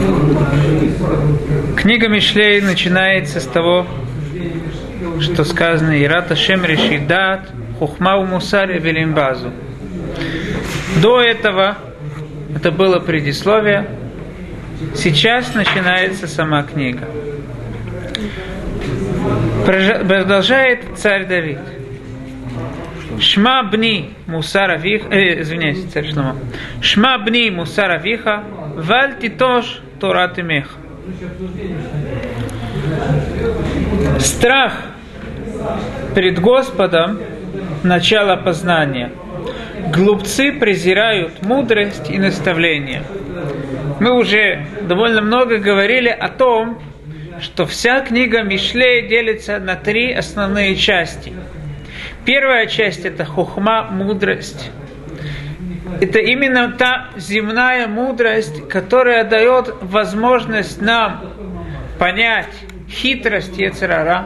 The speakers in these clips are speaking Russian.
Книга Мишлей начинается с того, что сказано «Ират Ашем решит дат, хухма у мусар и велим базу». До этого это было предисловие. Сейчас начинается сама книга. Продолжает царь Давид. Шма бни мусар авиха, извиняюсь, царь Шломо. Шма бни мусар авиха, валь титош торат имеха. Страх перед Господом – начало познания. Глупцы презирают мудрость и наставление. Мы уже довольно много говорили о том, что вся книга Мишлей делится на 3 основные части. Первая часть – это хохма, мудрость. Это именно та земная мудрость, которая дает возможность нам понять хитрость йецер ара,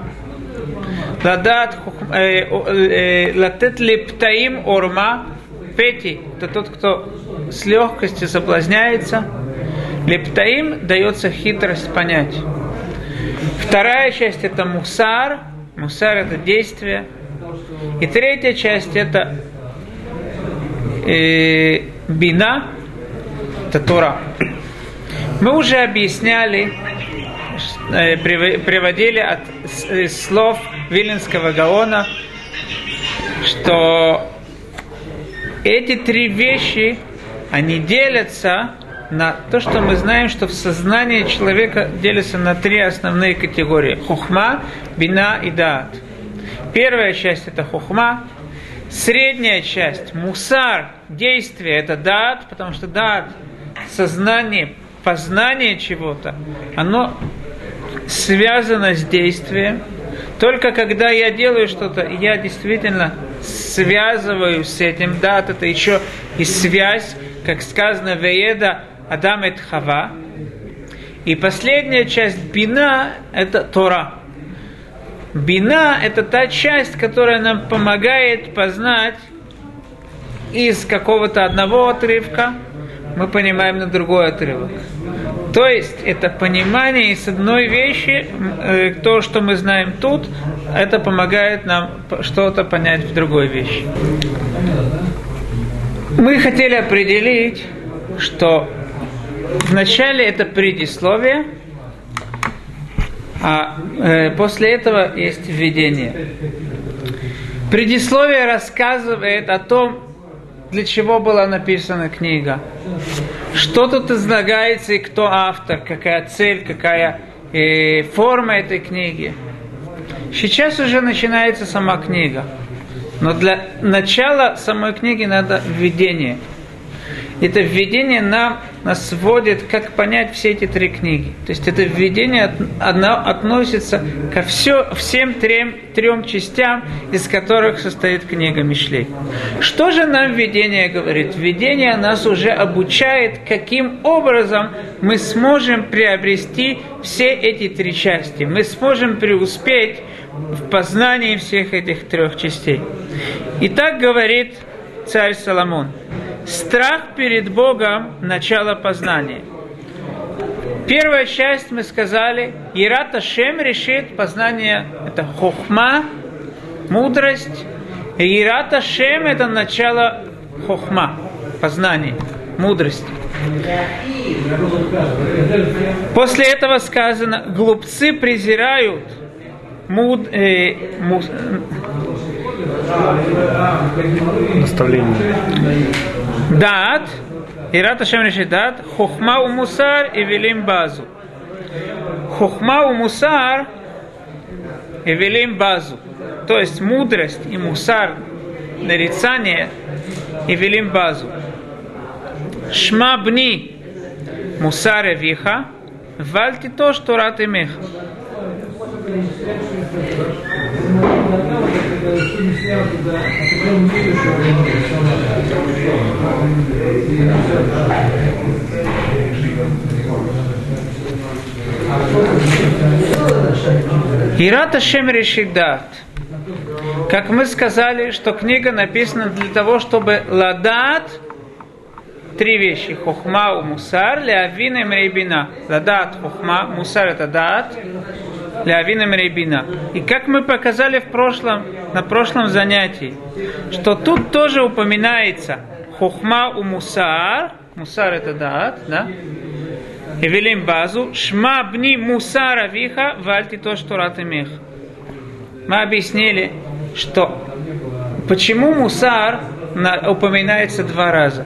латет лептаим орма, пети, это тот, кто с легкостью соблазняется. Лептаим дается хитрость понять. Вторая часть это мусар. Мусар это действие. И третья часть это бина, это Тора. Мы уже объясняли, приводили от слов Виленского Гаона, что эти 3 вещи, они делятся на то, что мы знаем, что в сознании человека делятся на 3 основные категории. Хохма, бина и даат. Первая часть это хохма. Средняя часть, мусар, действие, это даат, потому что даат, сознание, познание чего-то, оно связано с действием. Только когда я делаю что-то, я действительно связываю с этим. Даат это еще и связь, как сказано, «Вееда Адам эт Хава». И последняя часть бина это Тора. Бина – это та часть, которая нам помогает познать из какого-то одного отрывка, мы понимаем на другой отрывок. То есть, это понимание из одной вещи, то, что мы знаем тут, это помогает нам что-то понять в другой вещи. Мы хотели определить, что вначале это предисловие, а после этого есть введение. Предисловие рассказывает о том, для чего была написана книга, что тут излагается и кто автор, какая цель, какая форма этой книги. Сейчас уже начинается сама книга, но для начала самой книги надо введение. Это введение нас вводит, как понять все эти 3 книги. То есть это введение относится ко всем 3 частям, из которых состоит книга Мишлей. Что же нам введение говорит? Введение нас уже обучает, каким образом мы сможем приобрести все эти 3 части. Мы сможем преуспеть в познании всех этих 3 частей. И так говорит царь Соломон. Страх перед Богом – начало познания. Первая часть, мы сказали, Ират Ашем решит познание – это хохма, мудрость. И Ират Ашем – это начало хохма, познания, мудрости. После этого сказано, глупцы презирают наставление. Дат, Ират Ашем решит дат, хохма у мусар и велим базу. Хохма у мусар и велим базу. То есть мудрость и мусар, нарицание и велим базу. Шма бни мусар и виха, вальти то, что рат имех. Ират Ашем решит дат. Как мы сказали, что книга написана для того, чтобы ладат, три вещи. Хохма у мусар, леавин им рейбина. Ладат хохма, мусар это дат, леавин им рейбина. И как мы показали на прошлом занятии, что тут тоже упоминается хохма у мусар это дат, да? И велим базу, шма бни мусара виха, вальти то, что ратымех. Мы объяснили, что почему мусар упоминается два раза.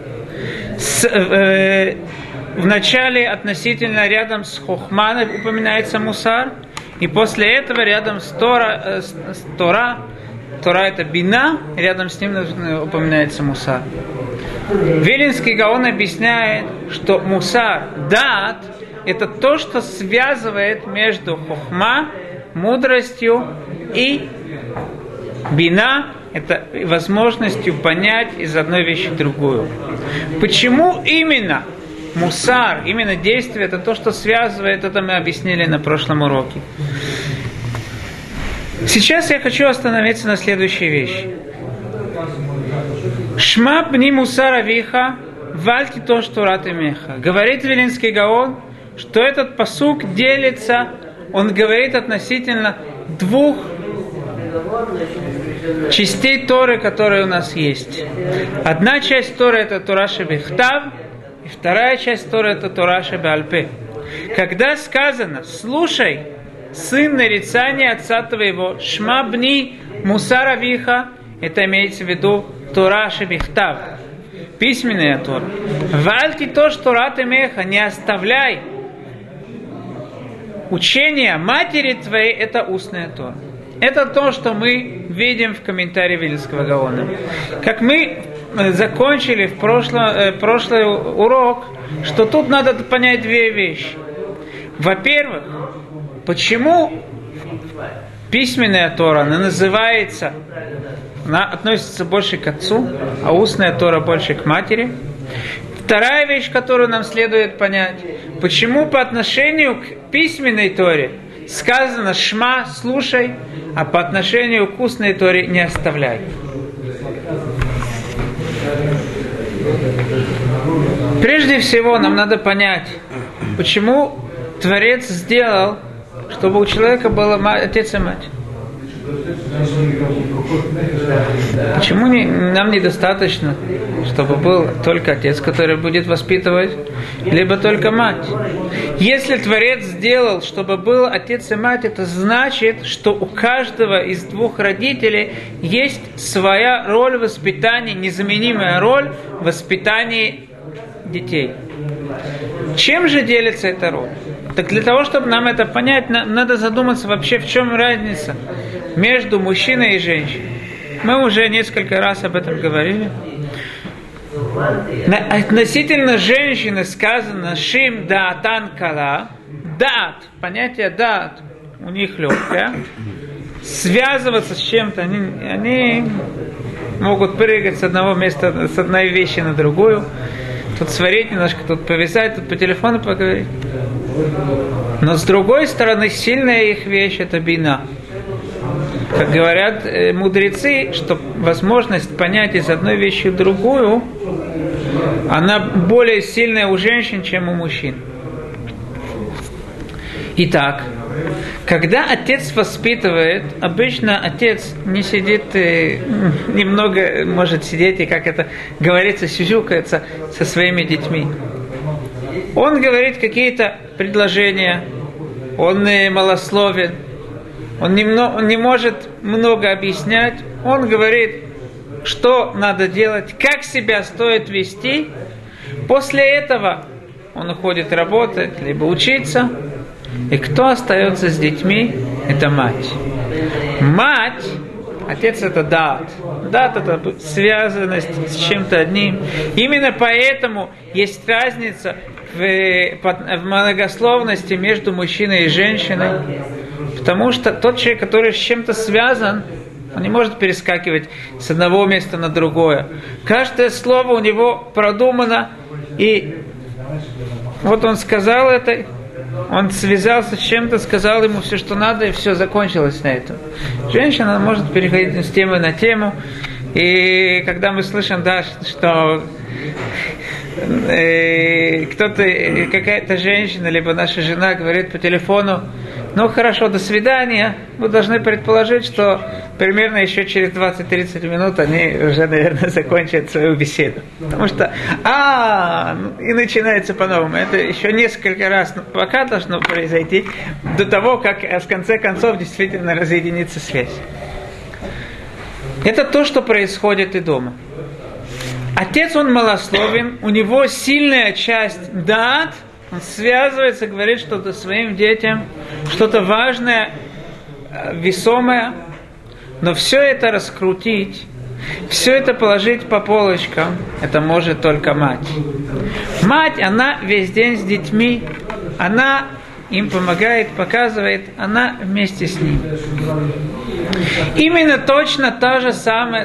В начале относительно рядом с хохманой упоминается мусар, и после этого рядом с Тора это бина, рядом с ним упоминается мусар. Вилинский Гаон объясняет, что мусар, дат, это то, что связывает между хохма, мудростью, и бина, это возможностью понять из одной вещи другую. Почему именно мусар, именно действие, это то, что связывает, это мы объяснили на прошлом уроке. Сейчас я хочу остановиться на следующей вещи. Шма бни мусара виха, вальти то, что ратымеха. Говорит Вилинский Гаон, что этот пасук делится, он говорит относительно двух частей Торы, которые у нас есть. Одна часть Торы это Тора шебехтав, и вторая часть Торы это Тора шебеальпе. Когда сказано «слушай, сын нарицания отца твоего, шма бни мусара виха», это имеется в виду Тора шебехтав, письменная Тора. Вальти то, что ратымеха, не оставляй учение матери твоей, это устная Тора. Это то, что мы видим в комментарии Вилинского Гаона. Как мы закончили в прошлый урок, что тут надо понять две вещи. Во-первых, почему письменная Тора, она относится больше к отцу, а устная Тора больше к матери. Вторая вещь, которую нам следует понять, почему по отношению к письменной Торе сказано «шма», «слушай», а по отношению к устной Торе «не оставляй». Прежде всего нам надо понять, почему Творец сделал, чтобы у человека было отец и мать. Почему нам недостаточно, чтобы был только отец, который будет воспитывать, либо только мать? Если Творец сделал, чтобы был отец и мать, это значит, что у каждого из двух родителей есть своя роль в воспитании, незаменимая роль в воспитании детей. Чем же делится эта роль? Так для того, чтобы нам это понять, надо задуматься вообще, в чем разница между мужчиной и женщиной. Мы уже несколько раз об этом говорили. Относительно женщины сказано «шим даатан кала». Дат, понятие дат у них легкое. Связываться с чем-то, они могут прыгать с одного места, с одной вещи на другую. Тут сварить немножко, тут повязать, тут по телефону поговорить. Но с другой стороны, сильная их вещь – это бина. Как говорят мудрецы, что возможность понять из одной вещи другую, она более сильная у женщин, чем у мужчин. Итак, когда отец воспитывает, обычно отец не сидит, немного может сидеть и, как это говорится, сюсюкается со своими детьми. Он говорит какие-то предложения, он малословен, он не может много объяснять, он говорит, что надо делать, как себя стоит вести. После этого он уходит работать, либо учиться. И кто остается с детьми? Это мать. Мать, отец это дат. Дат это связанность с чем-то одним. Именно поэтому есть разница в многословности между мужчиной и женщиной. Потому что тот человек, который с чем-то связан, он не может перескакивать с одного места на другое. Каждое слово у него продумано. И вот он сказал это, он связался с чем-то, сказал ему все, что надо, и все закончилось на этом. Женщина может переходить с темы на тему. И когда мы слышим, да, что кто-то, какая-то женщина, либо наша жена говорит по телефону: ну хорошо, до свидания. Вы должны предположить, что примерно еще через 20-30 минут они уже, наверное, закончат свою беседу. Потому что, и начинается по-новому. Это еще несколько раз пока должно произойти, до того, как в конце концов действительно разъединится связь. Это то, что происходит и дома. Отец, он малословен, у него сильная часть даат, он связывается, говорит что-то своим детям, что-то важное, весомое, но все это раскрутить, все это положить по полочкам, это может только мать. Мать, она весь день с детьми, она им помогает, показывает, она вместе с ним. Именно точно то же самое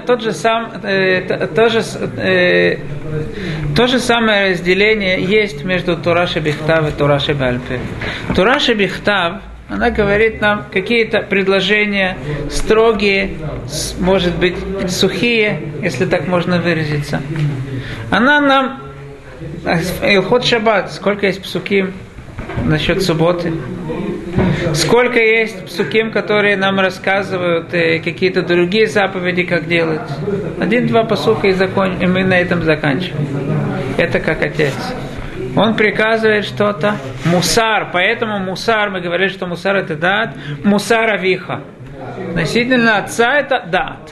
разделение есть между Тора шебихтав и Тора шебеаль-пе. Тора шебихтав, она говорит нам какие-то предложения строгие, может быть, сухие, если так можно выразиться. Она нам, Илхот Шаббат, сколько есть псуким насчет субботы, сколько есть псуким, которые нам рассказывают какие-то другие заповеди, как делать. 1-2 пасука и мы на этом заканчиваем. Это как отец. Он приказывает что-то. Мусар. Поэтому мусар, мы говорим, что мусар это дат. Мусар авиха. Относительно отца это дат.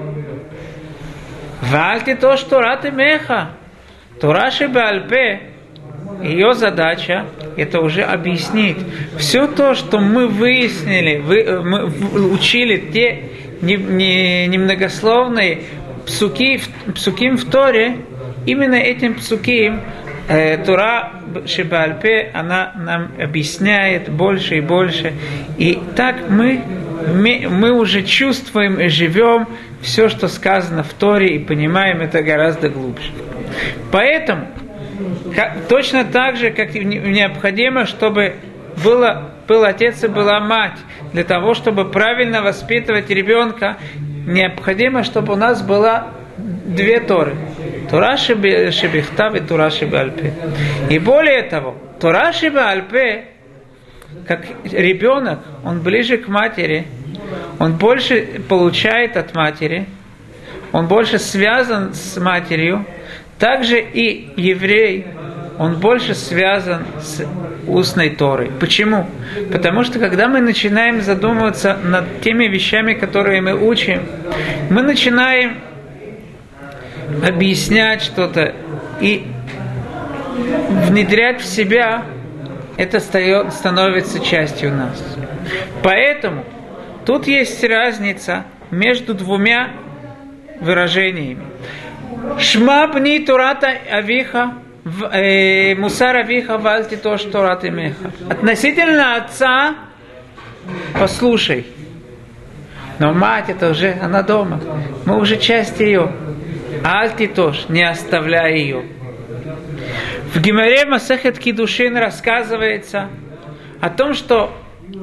Вальти то, что раты меха. Тора шебеаль-пе. Ее задача это уже объяснить. Все то, что мы выяснили, мы учили те немногословные псуким в Торе, именно этим псуким Тора шебеаль-пе, она нам объясняет больше и больше. И так мы уже чувствуем и живем все, что сказано в Торе, и понимаем это гораздо глубже. Поэтому точно так же, как необходимо, чтобы был отец и была мать, для того, чтобы правильно воспитывать ребенка, необходимо, чтобы у нас было 2 Торы. Тора шебихтав и Тора шебеаль-пе. И более того, Тора шебеаль-пе, как ребенок, он ближе к матери, он больше получает от матери, он больше связан с матерью. Также и еврей, он больше связан с устной Торой. Почему? Потому что когда мы начинаем задумываться над теми вещами, которые мы учим, мы начинаем объяснять что-то и внедрять в себя, это становится частью нас. Поэтому тут есть разница между 2 выражениями. Шма бни Тората авиха, мусар авиха вальти то, что Торат имеха. Относительно отца, послушай. Но мать, это уже, она дома. Мы уже часть ее. Альти тоже, не оставляй ее. В Гемаре Масехет Кидушин рассказывается о том, что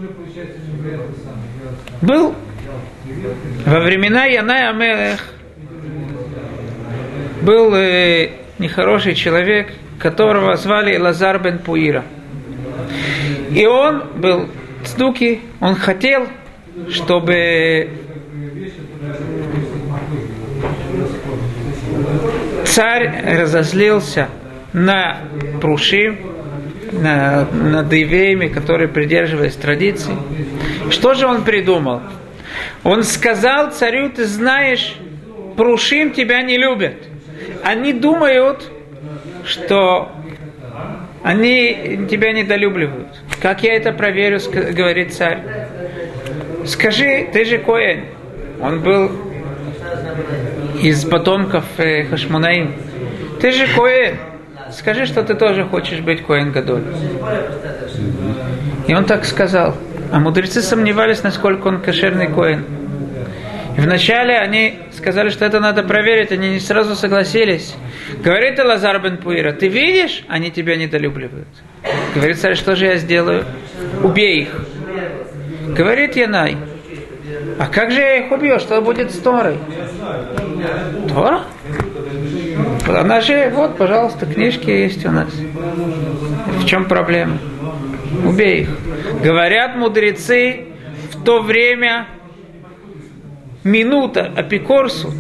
был во времена Янай Амелех, был нехороший человек, которого звали Лазар бен Пуира. И он был цдуки, он хотел, чтобы царь разозлился на Прушим, над евреями, которые придерживались традиций. Что же он придумал? Он сказал царю: ты знаешь, Прушим тебя не любят. Они думают, что они тебя недолюбливают. Как я это проверю, говорит царь. Скажи, ты же Коэн. Он был из потомков Хашмонаим. Ты же Коэн. Скажи, что ты тоже хочешь быть Коэн Гадоль. И он так сказал. А мудрецы сомневались, насколько он кошерный Коэн. И вначале они сказали, что это надо проверить, они не сразу согласились. Говорит Лазар бен Пуира: ты видишь, они тебя недолюбливают. Говорит царь: что же я сделаю? Убей их. Говорит Янай: а как же я их убью? Что будет с Торой? Тора? Она же, вот, пожалуйста, книжки есть у нас. В чем проблема? Убей их. Говорят мудрецы, в то время минута апикорсут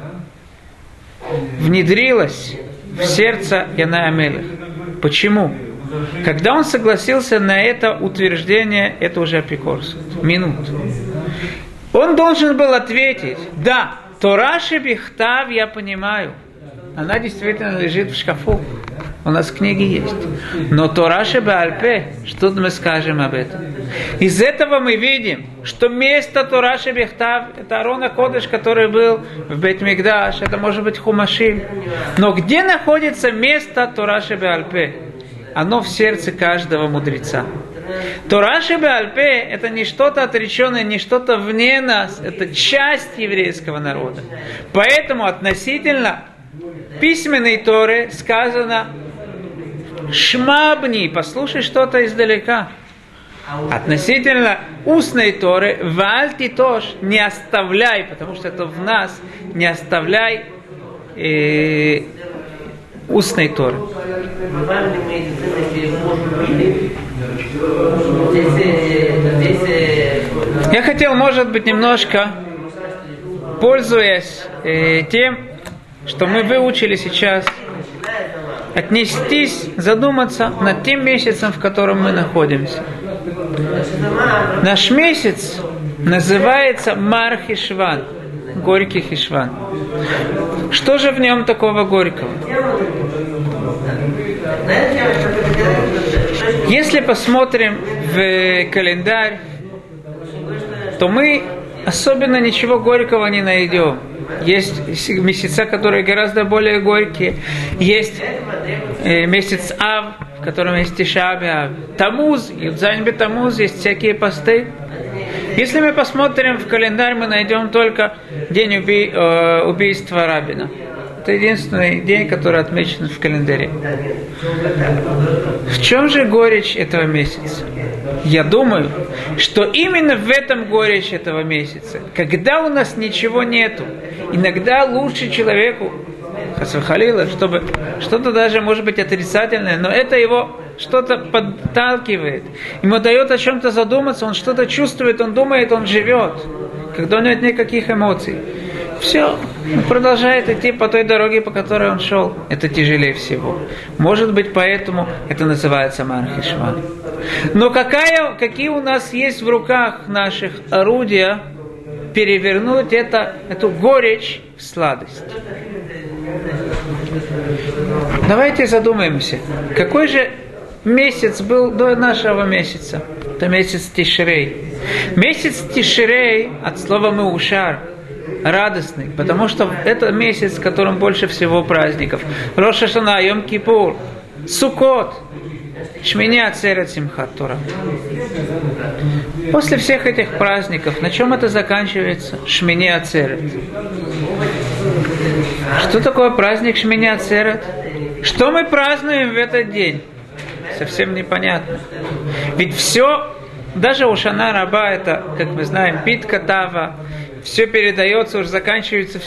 внедрилась в сердце Янай Амелех. Почему? Когда он согласился на это утверждение, это уже апикорсут. Минут. Он должен был ответить: да, Тора шебихтав, я понимаю. Она действительно лежит в шкафу. У нас книги есть. Но Тора шебеальпе, что мы скажем об этом? Из этого мы видим, что место Тора шебихтав, это Арон ха-Кодеш, который был в Бейт-Микдаш, это может быть Хумашим. Но где находится место Тора шебеальпе? Оно в сердце каждого мудреца. Тора шебеальпе – это не что-то отреченное, не что-то вне нас, это часть еврейского народа. Поэтому относительно письменной Торы сказано «шмабни», послушай что-то издалека. Относительно устной Торы «валь титош», не оставляй, потому что это в нас, не оставляй устной Торы. Я хотел, может быть, немножко, пользуясь тем, что мы выучили сейчас, отнестись, задуматься над тем месяцем, в котором мы находимся. Наш месяц называется Мар Хешван, горький Хешван. Что же в нем такого горького? Если посмотрим в календарь, то мы особенно ничего горького не найдем. Есть месяца, которые гораздо более горькие. Есть месяц Ав, в котором есть Тиша б'Ав. Тамуз, Юдзайн б'Тамуз, есть всякие посты. Если мы посмотрим в календарь, мы найдем только день убийства Рабина. Это единственный день, который отмечен в календаре. В чем же горечь этого месяца? Я думаю, что именно в этом горечь этого месяца. Когда у нас ничего нету, иногда лучше человеку, хасвахалила, чтобы что-то даже может быть отрицательное, но это его что-то подталкивает. Ему дает о чем-то задуматься, он что-то чувствует, он думает, он живет. Когда у него нет никаких эмоций. Все, он продолжает идти по той дороге, по которой он шел. Это тяжелее всего. Может быть, поэтому это называется Мар Хешван. Но какие у нас есть в руках наших орудия перевернуть эту горечь в сладость? Давайте задумаемся, какой же месяц был до нашего месяца? Это месяц Тишрей. Месяц Тишрей от слова Меушар, радостный, потому что это месяц, в котором больше всего праздников. Рош ха-Шана, Йом-Кипур, Суккот, Шмини Ацерет, Симхат Тора. После всех этих праздников, на чем это заканчивается? Шмини Ацерет. Что такое праздник Шмини Ацерет? Что мы празднуем в этот день? Совсем непонятно. Ведь все, даже у Шана Раба, это, как мы знаем, Питка Тава, все передается, уже заканчивается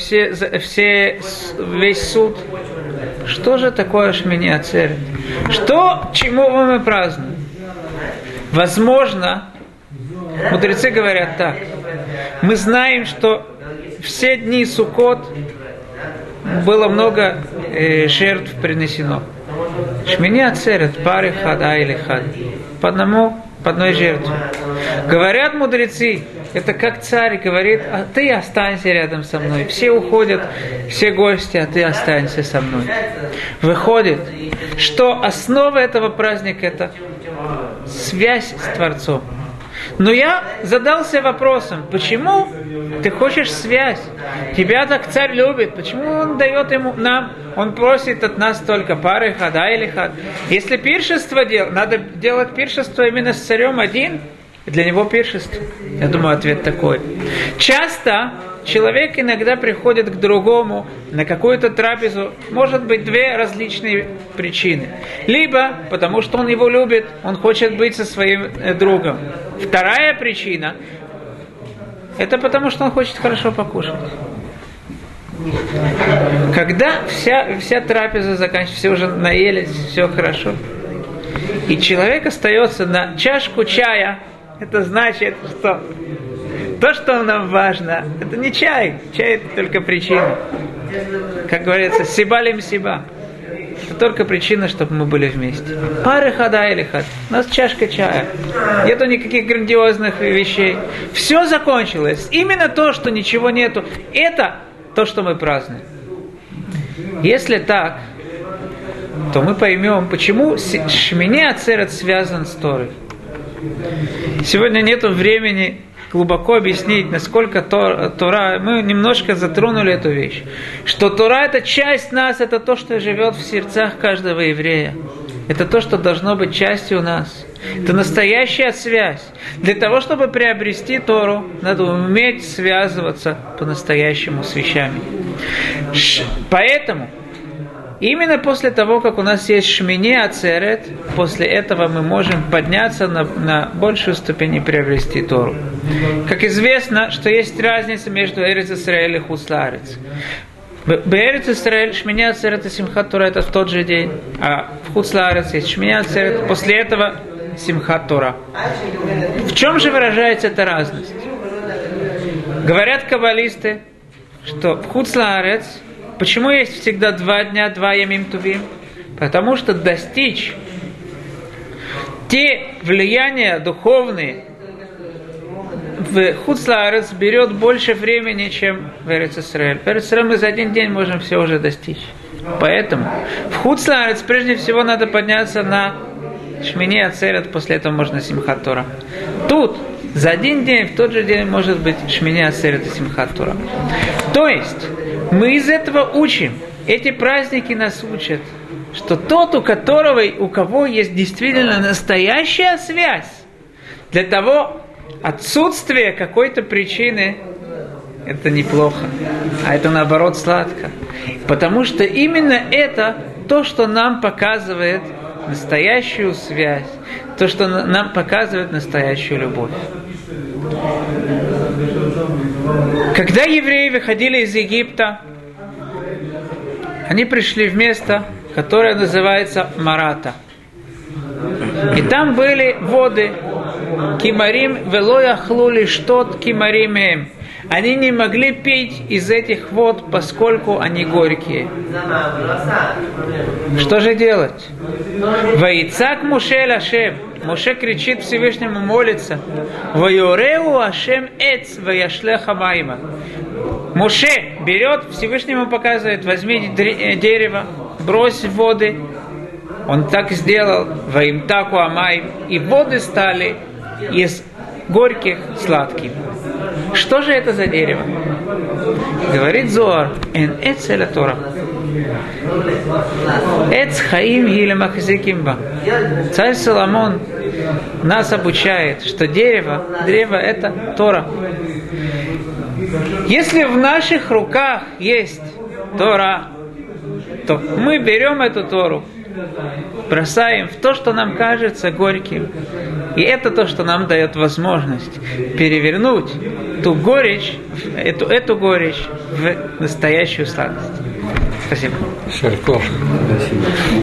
весь суд. Что же такое Шмини Ацерет? Чему мы празднуем? Возможно, мудрецы говорят так. Мы знаем, что все дни Суккот было много жертв принесено. Шмини Ацерет, пары хада или хад. По одной жертве. Говорят мудрецы, это как царь говорит: а ты останься рядом со мной. Все уходят, все гости, а ты останься со мной. Выходит, что основа этого праздника – это связь с Творцом. Но я задался вопросом, почему ты хочешь связь? Тебя так царь любит, почему он дает нам, он просит от нас только пары хада или хад? Если пиршество надо делать пиршество именно с царем один, для него пиршество. Я думаю, ответ такой. Часто человек иногда приходит к другому на какую-то трапезу, может быть, две различные причины. Либо потому, что он его любит, он хочет быть со своим другом. Вторая причина – это потому, что он хочет хорошо покушать. Когда вся трапеза заканчивается, все уже наелись, все хорошо, и человек остается на чашку чая, это значит, что то, что нам важно, это не чай. Чай – это только причина. Как говорится, сибалим сиба. Это только причина, чтобы мы были вместе. Пары хада или хад. У нас чашка чая. Нету никаких грандиозных вещей. Все закончилось. Именно то, что ничего нету, это то, что мы празднуем. Если так, то мы поймем, почему Шмини Ацерет связан с Торой. Сегодня нету времени глубоко объяснить, насколько Тора, мы немножко затронули эту вещь, что Тора – это часть нас, это то, что живет в сердцах каждого еврея. Это то, что должно быть частью нас. Это настоящая связь. Для того, чтобы приобрести Тору, надо уметь связываться по-настоящему с вещами. Поэтому именно после того, как у нас есть Шмини Ацерет, после этого мы можем подняться на большую ступень и приобрести Тору. Как известно, что есть разница между Эрец Исраэль и Хуц Лаарец. Эрец Исраэль, Шмини Ацерет и Симхат Тора это в тот же день, а в Хуц Лаарец есть Шмини Ацерет, после этого Симхат Тора. В чем же выражается эта разность? Говорят каббалисты, что в Хуц Лаарец почему есть всегда 2 дня, 2 ямим тувим? Потому что достичь те влияния духовные в Хуц Лаарец берет больше времени, чем в Эрец Исраэль. В Эрец Исраэль мы за 1 день можем все уже достичь. Поэтому в Хуц Лаарец прежде всего надо подняться на Шмини Ацерет, после этого можно Симхат Тора. Тут за 1 день, в тот же день может быть Шмини Ацерет и Симхат Тора. То есть мы из этого учим, эти праздники нас учат, что тот, у кого есть действительно настоящая связь, для того отсутствие какой-то причины, это неплохо, а это наоборот сладко. Потому что именно это то, что нам показывает настоящую связь, то, что нам показывает настоящую любовь. Когда евреи выходили из Египта, они пришли в место, которое называется Марата. И там были воды. Кимарим вело яхлу лиштот кимаримем. Они не могли пить из этих вод, поскольку они горькие. Что же делать? Ваицак Моше Ашем. Моше кричит Всевышнему, молится. Вайореу Ашем эц ваяшлеха майма. Моше берет, Всевышнему показывает, возьми дерево, брось в воды. Он так сделал. Ваимтаку амай. И воды стали из горьких сладкими. Что же это за дерево? Говорит Зоар, эн эц эля Тора. Эц хаим гиле махзикимба. Царь Соломон нас обучает, что древо это Тора. Если в наших руках есть Тора, то мы берем эту Тору, бросаем в то, что нам кажется горьким. И это то, что нам дает возможность перевернуть ту горечь, эту горечь в настоящую сладость. Спасибо. Спасибо.